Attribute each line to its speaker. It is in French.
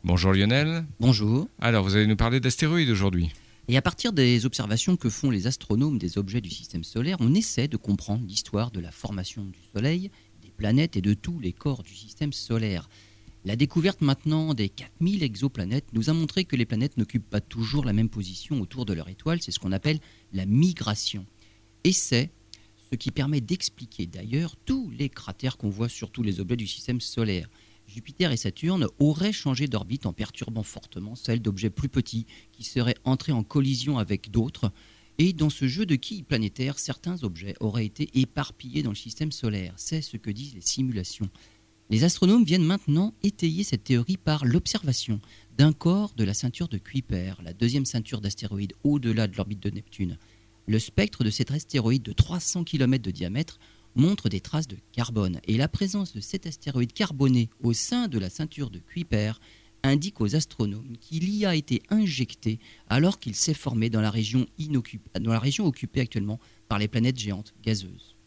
Speaker 1: Bonjour Lionel.
Speaker 2: Bonjour.
Speaker 1: Alors, vous allez nous parler d'astéroïdes aujourd'hui.
Speaker 2: Et à partir des observations que font les astronomes des objets du système solaire, on essaie de comprendre l'histoire de la formation du Soleil, des planètes et de tous les corps du système solaire. La découverte maintenant des 4000 exoplanètes nous a montré que les planètes n'occupent pas toujours la même position autour de leur étoile, c'est ce qu'on appelle la migration. Et c'est ce qui permet d'expliquer d'ailleurs tous les cratères qu'on voit sur tous les objets du système solaire. Jupiter et Saturne auraient changé d'orbite en perturbant fortement celle d'objets plus petits qui seraient entrés en collision avec d'autres. Et dans ce jeu de quilles planétaires, certains objets auraient été éparpillés dans le système solaire. C'est ce que disent les simulations. Les astronomes viennent maintenant étayer cette théorie par l'observation d'un corps de la ceinture de Kuiper, la deuxième ceinture d'astéroïdes au-delà de l'orbite de Neptune. Le spectre de cet astéroïde de 300 km de diamètre montre des traces de carbone. Et la présence de cet astéroïde carboné au sein de la ceinture de Kuiper indique aux astronomes qu'il y a été injecté alors qu'il s'est formé dans la région occupée actuellement par les planètes géantes gazeuses.